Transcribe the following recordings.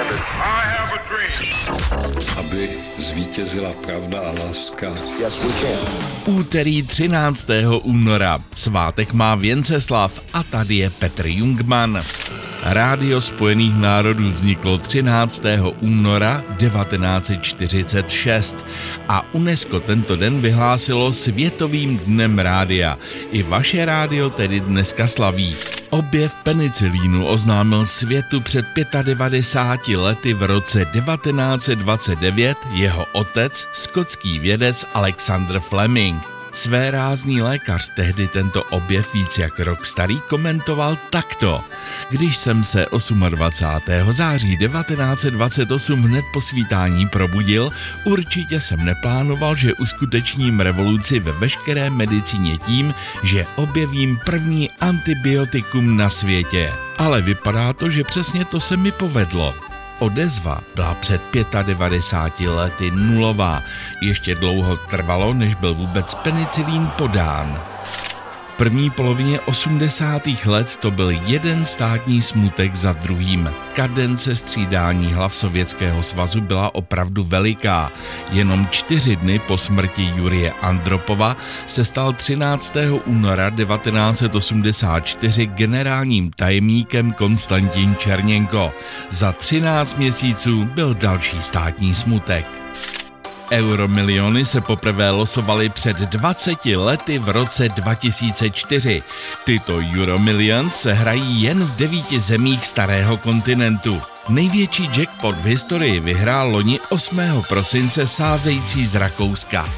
Aby zvítězila pravda a láska. Yes, we can. Úterý 13. února. Svátek má Věnceslav a tady je Petr Jungmann. Rádio Spojených národů vzniklo 13. února 1946 a UNESCO tento den vyhlásilo Světovým dnem rádia. I vaše rádio tedy dneska slaví. Objev penicilínu oznámil světu před 95 lety v roce 1929 jeho otec, skotský vědec Alexander Fleming. Svérázný lékař tehdy tento objev víc jak rok starý komentoval takto. Když jsem se 28. září 1928 hned po svítání probudil, určitě jsem neplánoval, že uskutečním revoluci ve veškeré medicíně tím, že objevím první antibiotikum na světě. Ale vypadá to, že přesně to se mi povedlo. Odezva byla před 95 lety nulová. Ještě dlouho trvalo, než byl vůbec penicilín podán. V první polovině 80. let to byl jeden státní smutek za druhým. Kadence střídání hlav Sovětského svazu byla opravdu veliká. Jenom 4 dny po smrti Jurije Andropova se stal 13. února 1984 generálním tajemníkem Konstantin Černěnko. Za 13 měsíců byl další státní smutek. Euromiliony se poprvé losovaly před 20 lety v roce 2004. Tyto Euromillions se hrají jen v 9 zemích starého kontinentu. Největší jackpot v historii vyhrál loni 8. prosince sázející z Rakouska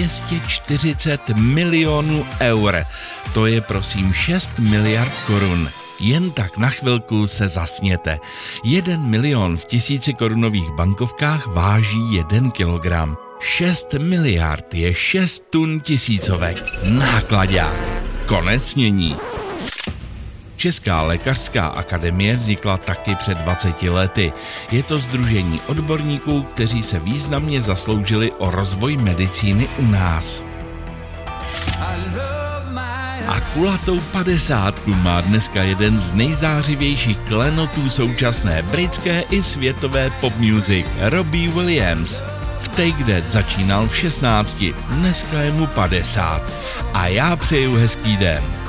240 milionů eur. To je prosím 6 miliard korun. Jen tak na chvilku se zasněte. 1 milion v 1000 korunových bankovkách váží 1 kilogram. 6 miliard je 6 tun tisícovek. Náklaďák. Konec snění. Česká lékařská akademie vznikla taky před 20 lety. Je to sdružení odborníků, kteří se významně zasloužili o rozvoj medicíny u nás. A kulatou 50 má dneska jeden z nejzářivějších klenotů současné britské i světové pop music, Robbie Williams. V Take That začínal v 16, dneska je mu 50. A já přeju hezký den.